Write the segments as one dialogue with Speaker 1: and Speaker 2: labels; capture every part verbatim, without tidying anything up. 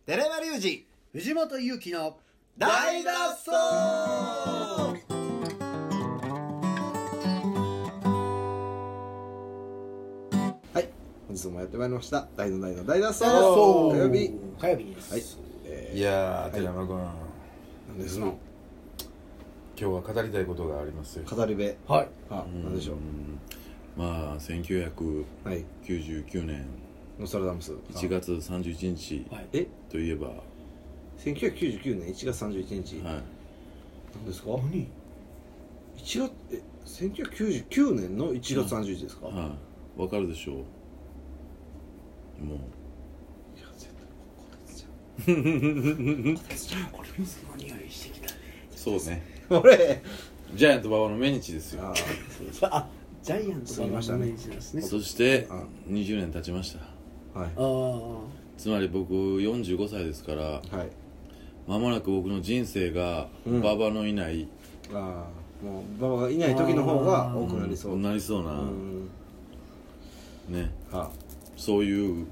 Speaker 1: 寺山隆二
Speaker 2: 藤本勇樹の
Speaker 1: 大脱走。はい、本日もやってまいりました大の大の大脱走火曜日
Speaker 2: 火曜日です。
Speaker 1: はい、えー、
Speaker 3: いやー、寺山君、
Speaker 1: なんですの
Speaker 3: 今日は語りたいことがありますよ。
Speaker 1: 語り部。
Speaker 2: はい。
Speaker 1: あ、なんでしょう。
Speaker 3: まあせんきゅうひゃくきゅうじゅうきゅうねん
Speaker 1: ノストラダムス
Speaker 3: いちがつさんじゅういちにち
Speaker 2: はい。
Speaker 1: え
Speaker 3: といえば、
Speaker 1: せんきゅうひゃくきゅうじゅうきゅうねんいちがつさんじゅういちにち、
Speaker 3: はい、
Speaker 1: 何ですか。
Speaker 2: 何？
Speaker 1: いちがつえせんきゅうひゃくきゅうじゅうきゅうねんのいちがつさんじゅういちにちですか。
Speaker 3: はい、わかるでしょう。もう
Speaker 1: いや絶対ここですじゃん
Speaker 2: これ水の匂いしてきたね。
Speaker 3: そうね、
Speaker 1: 俺
Speaker 3: ジャイアント馬場の命日ですよ。
Speaker 1: あ
Speaker 2: あ、ジャイアント
Speaker 1: 過ぎましたね
Speaker 2: のイメージですね。
Speaker 3: そして
Speaker 1: あ
Speaker 3: にじゅうねん経ちました。
Speaker 1: はい
Speaker 2: ああ。
Speaker 3: つまり僕よんじゅうごさいですから、
Speaker 1: はい
Speaker 3: 間もなく僕の人生が
Speaker 1: うん
Speaker 3: 馬場のいない、
Speaker 1: ああもう馬場がいない時の方が多くなりそう。
Speaker 3: なりそうな、
Speaker 1: うん
Speaker 3: ね、
Speaker 1: は
Speaker 3: そういう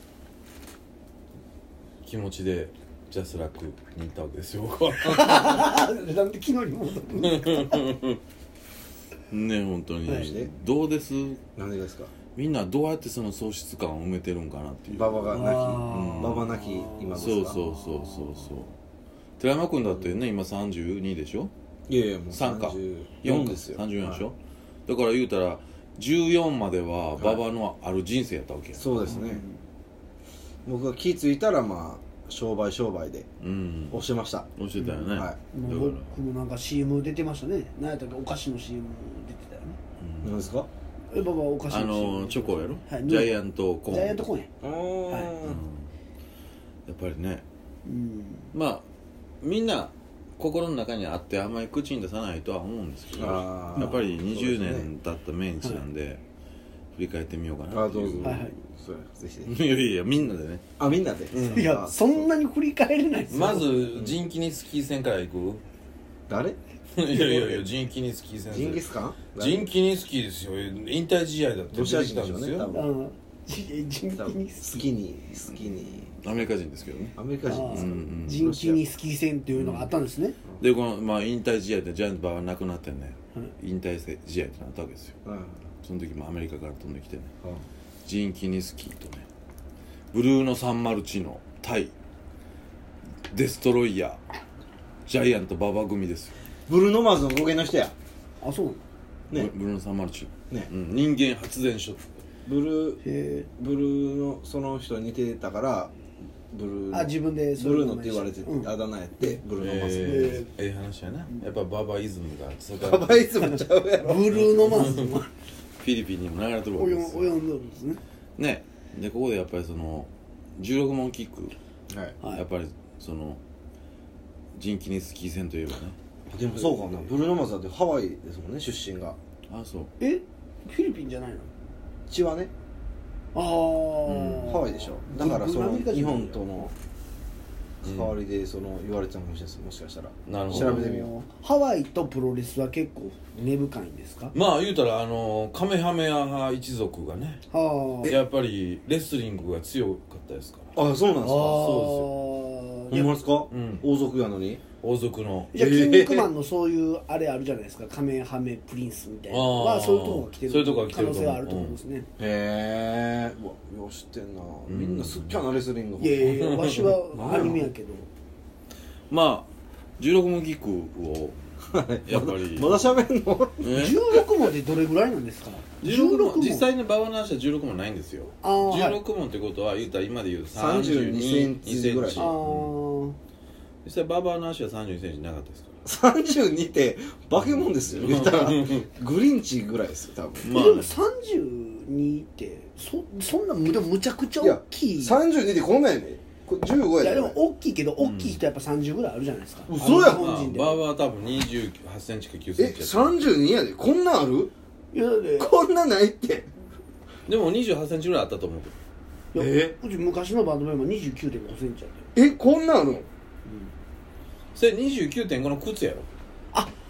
Speaker 3: 気持ちでジャスラックに行ったわけですよ、僕は。
Speaker 2: なんで昨日に戻るんですか？
Speaker 3: ね、本当に、
Speaker 2: はい
Speaker 3: どうです？
Speaker 1: なんでですか。
Speaker 3: みんなどうやってその喪失感を埋めてるんかなっていう。
Speaker 1: 馬場がなき
Speaker 2: あー
Speaker 1: 馬場なき今ですか。
Speaker 3: そうそうそうそうそう。寺山君だってね、今さんじゅうにでしょ。
Speaker 1: いやいやもう
Speaker 3: さんか
Speaker 1: さんじゅうよんですよ。
Speaker 3: さんじゅうよんでしょ、
Speaker 1: はい
Speaker 3: だから言うたらじゅうよんまでは馬場のある人生やったわけや。
Speaker 1: そうですね。僕が気付いたらまあ商売商売で
Speaker 3: うん、
Speaker 1: 押してました。
Speaker 3: 教えたよね、
Speaker 1: は
Speaker 2: もう僕もなんか シーエム 出てましたね。何やったっけ、お菓子の シーエム 出てたよね。
Speaker 1: い。なんですか。
Speaker 2: え、ババお菓子
Speaker 3: あ
Speaker 2: の シーエム
Speaker 3: のチョコやろ、
Speaker 2: はい、
Speaker 3: ジャイアントコーン。
Speaker 2: ジャイアントコーンや。
Speaker 1: ああ、
Speaker 3: うん、やっぱりね、
Speaker 2: うん。
Speaker 3: まあみんな心の中にあってあんまり口に出さないとは思うんですけど、
Speaker 1: あー
Speaker 3: やっぱりにじゅう
Speaker 1: そうですね
Speaker 3: ねん経った命日なんで、振り返ってみようかなっていう。
Speaker 1: あどうぞ。
Speaker 2: はいはい
Speaker 1: そうぜひぜひ。
Speaker 3: いやいやみんなでね。
Speaker 1: あみんなで。
Speaker 3: うん
Speaker 2: いや、そんなに振り返れないですよ。
Speaker 3: まずジンキニスキー戦から行く。
Speaker 1: 誰？
Speaker 3: いやいやいやジンキニスキー戦。
Speaker 1: ジンギスカン？
Speaker 3: ジンキニスキーですよ。引退試合だって
Speaker 1: ロシア人
Speaker 3: 出てきたんですよ。
Speaker 1: でしょうね多分
Speaker 2: あの、ジンキ
Speaker 1: 多分
Speaker 2: ニス
Speaker 1: 好きに好きに
Speaker 3: アメリカ人ですけどね。
Speaker 1: アメリカ人ですか。
Speaker 3: うんうん
Speaker 2: ジンキニスキー戦っていうのがあったんですね。
Speaker 3: でこのまあ引退試合でジャイアント馬場がなくなってね、
Speaker 2: はい
Speaker 3: 引退試合ってなったわけですよ。
Speaker 1: うん。
Speaker 3: その時もアメリカから飛んできてね、
Speaker 1: あ
Speaker 3: ジンキニスキーとね、ブルーノ・サンマルチノ対デストロイヤージャイアント馬場組ですよ。
Speaker 1: ブルーノマーズの語源の人や。
Speaker 2: あ、そうなの。
Speaker 1: ね
Speaker 3: ブルーノ・サンマルチノ、
Speaker 1: ね
Speaker 3: うん、人間発電所。
Speaker 1: ブルー
Speaker 2: へ
Speaker 1: ブルーのその人に似てたからブルー
Speaker 2: あ、自分で
Speaker 1: ブルーノって言われて
Speaker 2: うん
Speaker 1: あだ名やってブルーノマーズ。
Speaker 3: えー、ええ話やな。やっぱババイズムがそれか
Speaker 1: バ
Speaker 3: ら
Speaker 1: バイズムちゃうやろ。
Speaker 2: ブルーノマーズも
Speaker 3: フィリピンにも流れてるわけ
Speaker 2: 及ん
Speaker 3: ですよ。
Speaker 2: 及んでるんですね。
Speaker 3: ね、でここでやっぱりそのじゅうろく問キック、
Speaker 1: はい。
Speaker 2: はい
Speaker 3: やっぱりそのジンキニスキー戦といえばね。
Speaker 1: でもそうかな。ブルーノマーズだってハワイですもんね出身が。
Speaker 3: あそう。
Speaker 2: え、フィリピンじゃないの？
Speaker 1: 血はね
Speaker 2: ああ、
Speaker 1: ハワイでしょ。だからその
Speaker 2: アメリカ人
Speaker 1: 日本との関わりでその言われてたかもしれないですもしかしたら。
Speaker 3: なるほど。
Speaker 1: 調べてみよう。
Speaker 2: ハワイとプロレスは結構根深いんですか？
Speaker 3: まあ言うたらあのカメハメア派一族がね、
Speaker 2: はあ。
Speaker 3: やっぱりレスリングが強かったですから。
Speaker 1: あそうなんですか。
Speaker 3: そ
Speaker 2: ああ。
Speaker 1: ほんまですか。
Speaker 3: うん
Speaker 1: 王族やのに。
Speaker 3: 王族の。
Speaker 2: じゃあ、筋肉マンのそういうあれあるじゃないですか、カメハメプリンスみたいなのは
Speaker 3: あー
Speaker 2: そういうところが来てる
Speaker 3: そういうとこが来てると思う
Speaker 2: 可能性はあると思うんですね。
Speaker 1: へえ。うわよう知ってんな。みんなすっきゃなレスリング。
Speaker 2: いやいやいや、わしはアニメやけど。
Speaker 3: まあじゅうろく問キックをやっぱり
Speaker 1: まだ喋んの？
Speaker 3: え
Speaker 2: じゅうろく問ってどれぐらいなんですか？
Speaker 3: じゅうろく問実際の馬場の話はじゅうろく問ないんですよ。
Speaker 2: あー
Speaker 3: じゅうろく問ってことは言うたら今で言うと
Speaker 1: さんじゅうにセンチぐらい
Speaker 2: あー
Speaker 3: 実際馬場の足はさんじゅうにセンチなかったですか
Speaker 1: さんじゅうにって化け物ですよ言ったらグリンチぐらいですよ多分。
Speaker 3: ら。ま
Speaker 2: でもさんじゅうにってそそんなでもむちゃくちゃ大きい。
Speaker 1: さんじゅうにってこんなんやねこれじゅうごやで
Speaker 2: いやでも大きいけど、大きい人やっぱさんじゅうぐらいあるじゃないですか。
Speaker 1: 嘘やん
Speaker 2: あの日本人で。
Speaker 3: 馬場は多分にじゅうはちセンチかきゅうセン
Speaker 1: え
Speaker 3: チやった
Speaker 1: さんじゅうにやでこんなんある？
Speaker 2: いやだって
Speaker 1: こんなんないって
Speaker 3: でもにじゅうはちセンチぐらいあったと思うけど。
Speaker 2: いや
Speaker 1: え
Speaker 2: うち昔のバンドメンバーにじゅうきゅうてんごセンチやで。
Speaker 1: えこんなんあるの？
Speaker 3: それ にじゅうきゅうてんご の靴やろ。
Speaker 2: あ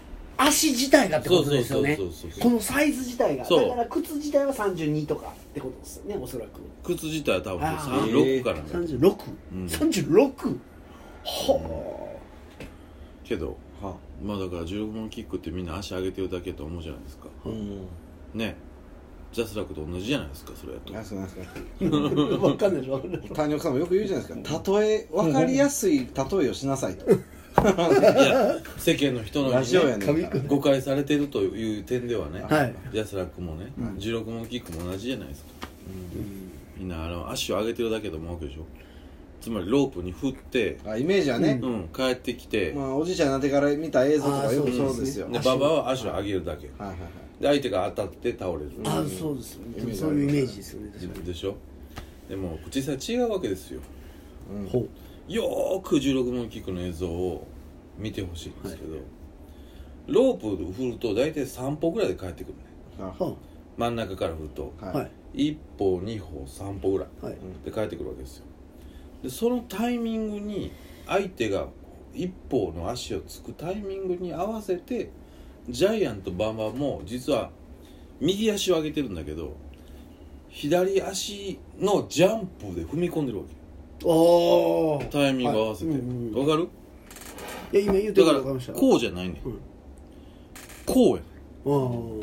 Speaker 2: 足自体がってことですよね。
Speaker 3: そうそうそうそう
Speaker 2: このサイズ自体が。
Speaker 3: そう
Speaker 2: だから靴自体はさんじゅうにとかってことですよね、おそらく。
Speaker 3: 靴自体は多分
Speaker 2: あー
Speaker 3: さんじゅうろくからね
Speaker 2: さんじゅうろく、
Speaker 3: うん
Speaker 2: さんじゅうろくは
Speaker 3: けど
Speaker 1: は
Speaker 3: まあだからじゅうろくもんキックってみんな足上げてるだけと思うじゃないですか
Speaker 1: うん
Speaker 3: ね。ジャスラックと同じじゃないですかそれやと。
Speaker 1: 何すか何すか
Speaker 2: あ分かんないでしょ分かんないでしょ。
Speaker 1: 谷岡さんもよく言うじゃないですか、例え分かりやすい例えをしなさいと
Speaker 3: いや世間の人の
Speaker 1: ラジオや
Speaker 3: に、ね、
Speaker 1: ねんから
Speaker 3: 誤解されてるという点ではね、
Speaker 2: はい
Speaker 3: ジャスラックもね、
Speaker 1: うん
Speaker 3: じゅうろくもんキックも同じじゃないですか。みんなあの足を上げてるだけと思うわけでしょ。つまりロープに振って
Speaker 1: あイメージはね、
Speaker 3: うん帰ってきて、
Speaker 1: まあおじいちゃんになってから見た映像とかよく
Speaker 2: あーそう
Speaker 1: そうですよ、
Speaker 3: で馬場は足を上げるだけで
Speaker 1: はいはいはい
Speaker 3: 相手が当たって倒れる、
Speaker 2: あそうですよね。
Speaker 1: イメージ
Speaker 2: そういうイメージですよね。確かに。
Speaker 3: でしょ。でも実際違うわけですよ。
Speaker 1: うん
Speaker 2: ほう。
Speaker 3: よーくじゅうろくもんキックの映像を見てほしいんですけど、ロープで振ると大体さん歩ぐらいで帰ってくるね。
Speaker 1: あ
Speaker 2: は
Speaker 3: 真ん中から振ると
Speaker 1: はい、
Speaker 2: はい
Speaker 3: いっ歩に歩さん歩ぐらい
Speaker 2: はい。
Speaker 3: で帰ってくるわけですよ。でそのタイミングに相手が一歩の足をつくタイミングに合わせてジャイアント馬場も実は右足を上げてるんだけど左足のジャンプで踏み込んでるわけ。
Speaker 2: おー。
Speaker 3: タイミング合わせて、
Speaker 2: はいうんうん
Speaker 3: わかる？
Speaker 2: いや今言うて
Speaker 3: だから
Speaker 2: ること分かりました。
Speaker 3: こうじゃないねん、
Speaker 2: うん
Speaker 3: こうや。
Speaker 2: あー。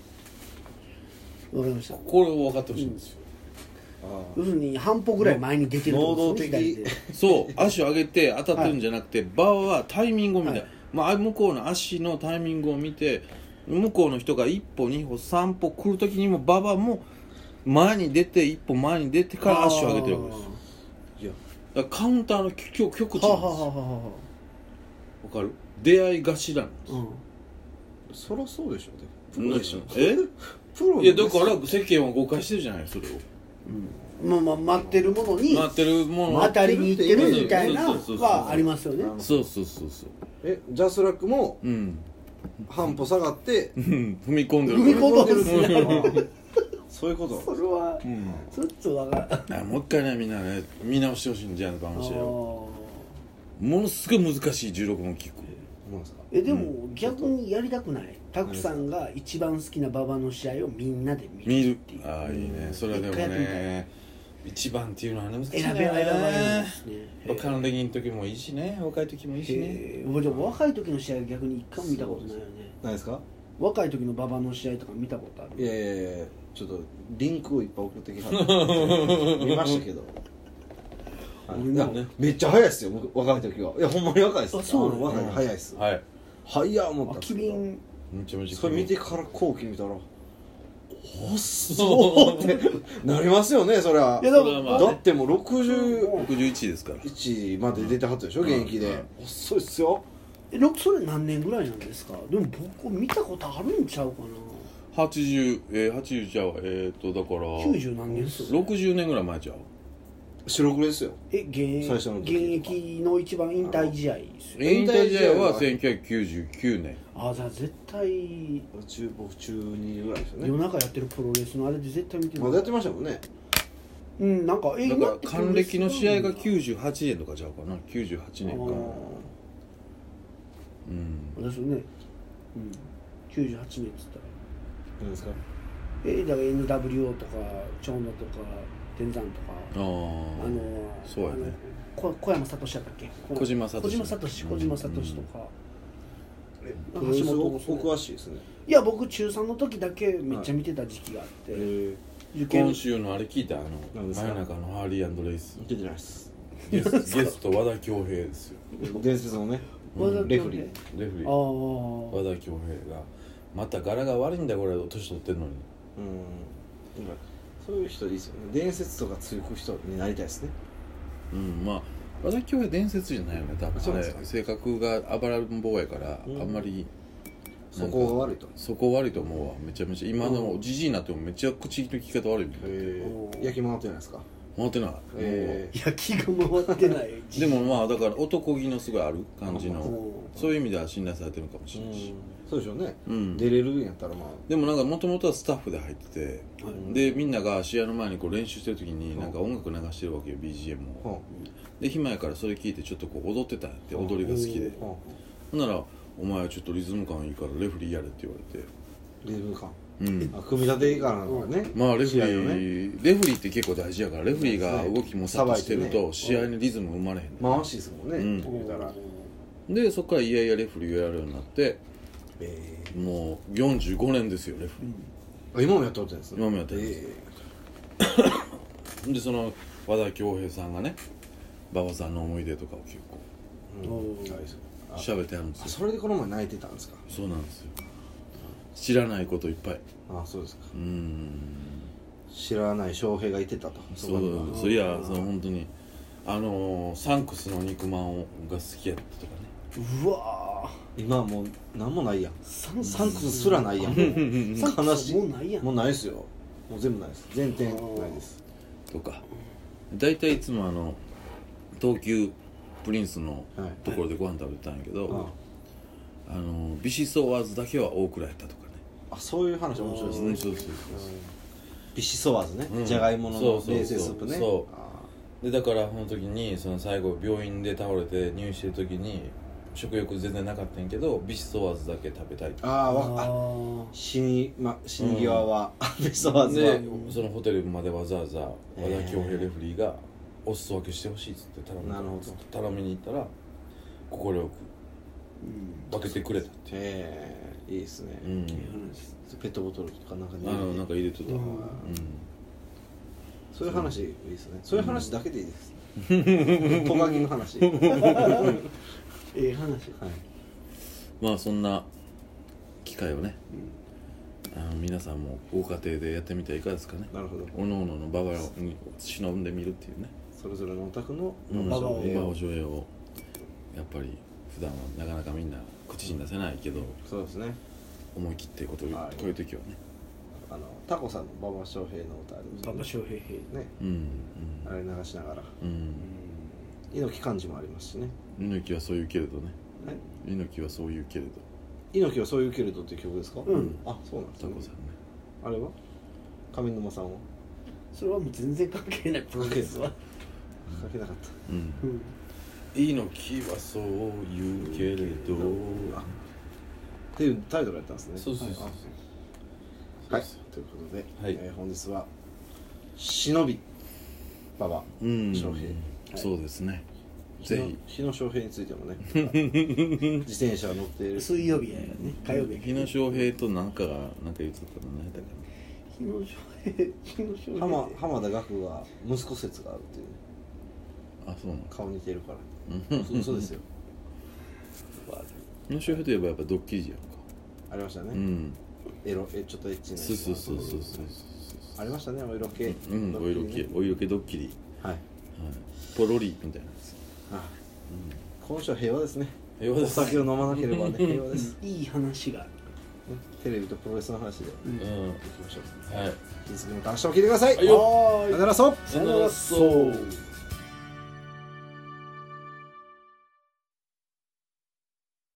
Speaker 2: わかりました。
Speaker 3: これを分かってほしいんですよ、
Speaker 1: あ
Speaker 2: 要するに半歩ぐらい前に出てるってことですね。
Speaker 1: 能動的
Speaker 2: 左で
Speaker 3: そう足を上げて当たってるんじゃなくて、馬場はタイミングを見て、
Speaker 2: はい
Speaker 3: まあ、向こうの足のタイミングを見て向こうの人が一歩二歩三歩来る時にも馬場も前に出て一歩前に出てから足を上げてるわけですよ。
Speaker 1: いや
Speaker 3: だからカウンターの極極地
Speaker 2: は
Speaker 3: なんですよ。
Speaker 2: あはあはあはあは
Speaker 3: わかる？出会い頭なんです
Speaker 2: あ。うん。
Speaker 1: そりゃそうでしょうねプロでしょ
Speaker 3: え
Speaker 1: プロ
Speaker 3: いやだから世間は誤解してるじゃないそれを
Speaker 2: まあまあ待ってるものに
Speaker 3: 待ってるもの
Speaker 2: 当たりに行ってるみたいな
Speaker 3: そうそうそうそう
Speaker 2: はありますよね。
Speaker 3: そうそうそうそう
Speaker 1: えジャスラックも
Speaker 3: うん
Speaker 1: 半歩下がって
Speaker 3: 踏み込んでる
Speaker 2: 踏み込んでるんですね。
Speaker 1: そういうこと
Speaker 2: それは
Speaker 3: うん
Speaker 2: ちょっとわからん。
Speaker 3: あもう一回ねみんなね見直してほしいんじゃないかもしれないものすごい難しいじゅうろくもんキック。
Speaker 1: なんですか
Speaker 2: えでも逆にやりたくないたくさんが一番好きな馬場の試合をみんなで見
Speaker 3: 見る
Speaker 2: るっていう
Speaker 3: ああいいねそれはでも
Speaker 2: 一回やってみたい
Speaker 3: ね一番っていうのはね難しい
Speaker 2: 選
Speaker 3: ね
Speaker 2: べ選ばれるんですね。
Speaker 3: やっぱ還暦の時もいいしね若い時もいいしね
Speaker 2: へえでも若い時の試合逆に一回も見たことないよね。
Speaker 1: 何ですか
Speaker 2: 若い時の馬場の試合とか見たことある。
Speaker 1: いやいやいやちょっとリンクをいっぱい送ってきはって見ましたけど、はい
Speaker 2: 俺も
Speaker 1: いや
Speaker 3: ね
Speaker 1: めっちゃ早いっすよ僕若い時はいやほんまに若いっす
Speaker 2: あそうなの
Speaker 1: の若い早いっす
Speaker 3: はい
Speaker 1: 早っ思った
Speaker 2: あ
Speaker 1: んですけど
Speaker 2: 機敏
Speaker 3: めちゃめちゃ
Speaker 1: それ見てから後期見たら細ってなりますよねそりゃ
Speaker 2: いやで
Speaker 3: それはまあ
Speaker 2: も
Speaker 1: だってもうろくじゅう
Speaker 3: ろくじゅういちですから
Speaker 1: いちまで出てはったでしょ
Speaker 3: うん
Speaker 1: 現役で
Speaker 3: うん
Speaker 1: 遅いっすよ
Speaker 2: えろくそれ何年ぐらいなんですか。でも僕見たことあるんちゃうかな。
Speaker 3: はちじゅうえー、はちじゅうちゃうわえー、っとだから
Speaker 2: きゅうじゅう何年っすよ。
Speaker 3: ろくじゅうねんぐらい前ちゃう
Speaker 1: 白黒ですよ
Speaker 2: え現
Speaker 1: 最初の
Speaker 2: 現
Speaker 1: 時とか
Speaker 2: 役の一番引退試合ですよ。
Speaker 3: 引退試合はせんきゅうひゃくきゅうじゅうきゅうねん
Speaker 2: あじゃあ絶対
Speaker 1: 中僕中にぐらいですよね
Speaker 2: 夜中やってるプロレスのあれで絶対見てる。
Speaker 1: まだやってましたもんね
Speaker 2: うんなんかえ
Speaker 3: だから還暦の試合がきゅう
Speaker 2: じ
Speaker 3: じゅうはちねんとかちゃうかなきゅうじゅうはちねんかうん
Speaker 2: ですよね。うんきゅうじゅうはちねんっつったら
Speaker 1: 何ですか
Speaker 2: えだから エヌダブリューオー とか長野とか天山とか
Speaker 3: ああ
Speaker 2: あの
Speaker 3: そうやね
Speaker 2: あのこ小山聡やったっけ
Speaker 3: 小島聡
Speaker 2: 小島聡小島聡とか、
Speaker 1: プロレス
Speaker 2: 橋本
Speaker 1: お
Speaker 2: もそう
Speaker 1: 詳しいですね
Speaker 2: いや僕中さんの時だけめっちゃ見てた時期があって、
Speaker 1: え
Speaker 2: 受験
Speaker 3: 今週のあれ聞いたあの
Speaker 1: 何ですか
Speaker 3: 真夜中のハーリーレイス
Speaker 1: 出てないです
Speaker 3: ゲスゲスト和田恭平ですよ
Speaker 1: 伝説のね
Speaker 2: 和田恭平
Speaker 1: レフリー
Speaker 3: レフリ
Speaker 2: あ
Speaker 3: ー和
Speaker 2: あ
Speaker 3: 田恭平がまた柄が悪いんだよこれ年取ってんのに
Speaker 1: うんなんかそういう人いいですよね伝説とかつく人になりたいですね
Speaker 3: うんまあ和田恭平伝説じゃないよね多分
Speaker 1: そうなんですか
Speaker 3: あれ性格が暴らん坊やから、
Speaker 1: うん
Speaker 3: あんまり
Speaker 1: そこが悪いと
Speaker 3: そこ悪いと思うわめちゃめちゃ今のじじいになってもめっちゃ口の利き方悪いみたいな
Speaker 1: えー焼き回ってないですか
Speaker 3: 回ってない、
Speaker 1: え
Speaker 2: いや気が回ってない
Speaker 3: でもまあだから男気のすごいある感じの
Speaker 2: うん
Speaker 3: そういう意味では信頼されてるかもし
Speaker 1: ー
Speaker 3: れないし、
Speaker 1: そうでしょうね
Speaker 3: うん
Speaker 1: 出れるんやったらまあ
Speaker 3: でもなんかもともとはスタッフで入ってて、
Speaker 1: うん
Speaker 3: でみんなが試合の前にこう練習してる時に
Speaker 1: うん
Speaker 3: なんか音楽流してるわけよ ビージーエム を
Speaker 1: は
Speaker 3: で暇やからそれ聞いてちょっとこう踊ってたんやって踊りが好きで
Speaker 1: あは
Speaker 3: ほんならお前はちょっとリズム感いいからレフリーやれって言われて、
Speaker 1: リズム感
Speaker 3: うん
Speaker 1: あ組み立ていかなからね、
Speaker 3: まあレフリ
Speaker 1: 試合を
Speaker 3: ー、
Speaker 1: ね
Speaker 3: レフリーって結構大事やから、レフリーが動きもさっとしてると
Speaker 1: さばいてね
Speaker 3: 試合にリズム生まれへんの、
Speaker 1: 回しですもんね、
Speaker 3: うん
Speaker 1: 言うたら
Speaker 3: でそこからいやいやレフリーをやるようになって、
Speaker 1: え
Speaker 3: もうよんじゅうごねんですよレフリー、
Speaker 1: ー、今もやっておってんです
Speaker 3: 今もやってるんです
Speaker 1: え
Speaker 3: でその和田恭平さんがね馬場さんの思い出とかを結構
Speaker 1: ーうん
Speaker 2: おー
Speaker 1: はいそうあ
Speaker 3: 喋ってあるんですよ。
Speaker 1: あそれでこの前泣いてたんですか。
Speaker 3: そうなんですよ、知らないこといっぱい。
Speaker 1: ああそうですか。
Speaker 3: うーん
Speaker 1: 知らない翔平がいてたと。
Speaker 3: そう
Speaker 1: こに
Speaker 3: そういやその本当にあのーサンクスの肉まんが好きやったとかね。
Speaker 2: うわ
Speaker 1: 今はもう何もないやん。
Speaker 2: サン
Speaker 1: サンクスすらないやん。
Speaker 2: サンクス
Speaker 1: 悲しい。
Speaker 2: もうないやん
Speaker 1: もうないですよ。もう全部ないです。全店ないです。
Speaker 3: とか大体いつもあの東急プリンスの
Speaker 1: はい
Speaker 3: ところでご飯食べてたんやけど、
Speaker 1: あ
Speaker 3: あのビシソワーズだけは大倉やったとかね。
Speaker 1: あそういう話面白いですね。
Speaker 3: うんそうそうそう
Speaker 1: ビシソワーズね。
Speaker 3: うん
Speaker 1: じゃがいもの
Speaker 3: そうそうそう
Speaker 1: 冷製スープね。
Speaker 3: そう
Speaker 1: あ
Speaker 3: でだからその時にその最後病院で倒れて入院してる時に食欲全然なかったんやけどビシソワーズだけ食べたいって
Speaker 1: あああわあ
Speaker 2: あ
Speaker 1: 死にま死に際は、ビシソワーズは
Speaker 3: でそのホテルまでわざわざ和田恭平レフリーがお裾分けしてほしいっつって頼み
Speaker 1: なるほど
Speaker 3: 頼みに行ったら快く分けてくれたって
Speaker 1: ええいいですね、
Speaker 3: うん
Speaker 1: ペットボトルとかなんかね
Speaker 3: あのなんか入れてた、
Speaker 2: う
Speaker 3: うんん
Speaker 1: そういう話いいですねそういう話だけでいいですトカゲの話はい
Speaker 2: ええ話
Speaker 3: まあそんな機会をね、あの皆さんもご家庭でやってみてはいかがですかね。
Speaker 1: なるほど
Speaker 3: おのおののババに忍んでみるっていうね、
Speaker 1: それぞれのお宅の
Speaker 3: うん
Speaker 2: ババを
Speaker 3: ババ上映をやっぱり普段はなかなかみんな口に出せないけど
Speaker 1: そうですね
Speaker 3: 思い切ってことをこ
Speaker 1: はい
Speaker 3: ういう時はね、
Speaker 1: あのタコさんの馬場翔平の歌あります
Speaker 2: 馬場翔平平
Speaker 1: ね
Speaker 3: うん
Speaker 1: あれ流しながら
Speaker 3: うんうん
Speaker 1: 猪木漢字もありますしね
Speaker 3: 猪木はそう言うけれどね、
Speaker 1: はい
Speaker 3: 猪木はそう言うけれど
Speaker 1: 猪木はそういうけれどっていう曲ですか
Speaker 2: うん
Speaker 1: あそうなんですね
Speaker 3: タコさんね、
Speaker 1: あれは上沼さんは
Speaker 2: それはもう全然関係ないプロレスは
Speaker 1: 書けなかった
Speaker 3: うん
Speaker 2: うん
Speaker 3: 猪木はそう言うけれど
Speaker 1: あっていうタイトルやったんですね
Speaker 3: そうそうそうそう
Speaker 1: はい、はい、ということで、
Speaker 3: はい
Speaker 1: えー本日は忍び馬場
Speaker 3: うん
Speaker 1: 翔平
Speaker 3: そうですね、
Speaker 1: 日
Speaker 3: ぜひ
Speaker 1: 野日野翔平についてもね自転車乗っている
Speaker 2: 水曜日やよね火曜日や
Speaker 3: 日野翔平となんかがなんか言ってたかな、何やったか
Speaker 2: 日野翔平日野翔平
Speaker 1: 浜浜田岳が息子説があるっていうね
Speaker 3: な。あ、そうなの。
Speaker 1: 顔似てるから
Speaker 3: うん
Speaker 1: 嘘嘘ですよ
Speaker 3: 日野翔平といえばやっぱドッキリじゃんか。
Speaker 1: ありましたね、
Speaker 3: うん。
Speaker 1: エロえちょっとエッチな
Speaker 3: そうそうそうそうそう
Speaker 1: ありましたねお色気
Speaker 3: そう。うん、お色気、お色気ドッキリ。
Speaker 1: はい
Speaker 3: はい。ポロリみたいなやつ。
Speaker 1: あ今週は平和ですねお
Speaker 3: 平和です。
Speaker 1: 酒を飲まなければね平和です、ね、
Speaker 2: いい話がある
Speaker 1: テレビとプロレスの話でい
Speaker 3: うん。
Speaker 1: きましょう
Speaker 3: はい。
Speaker 1: 引き続きまた明日も聞いてください、
Speaker 3: はいよ
Speaker 2: はーい
Speaker 1: さよならそう
Speaker 2: さよならそう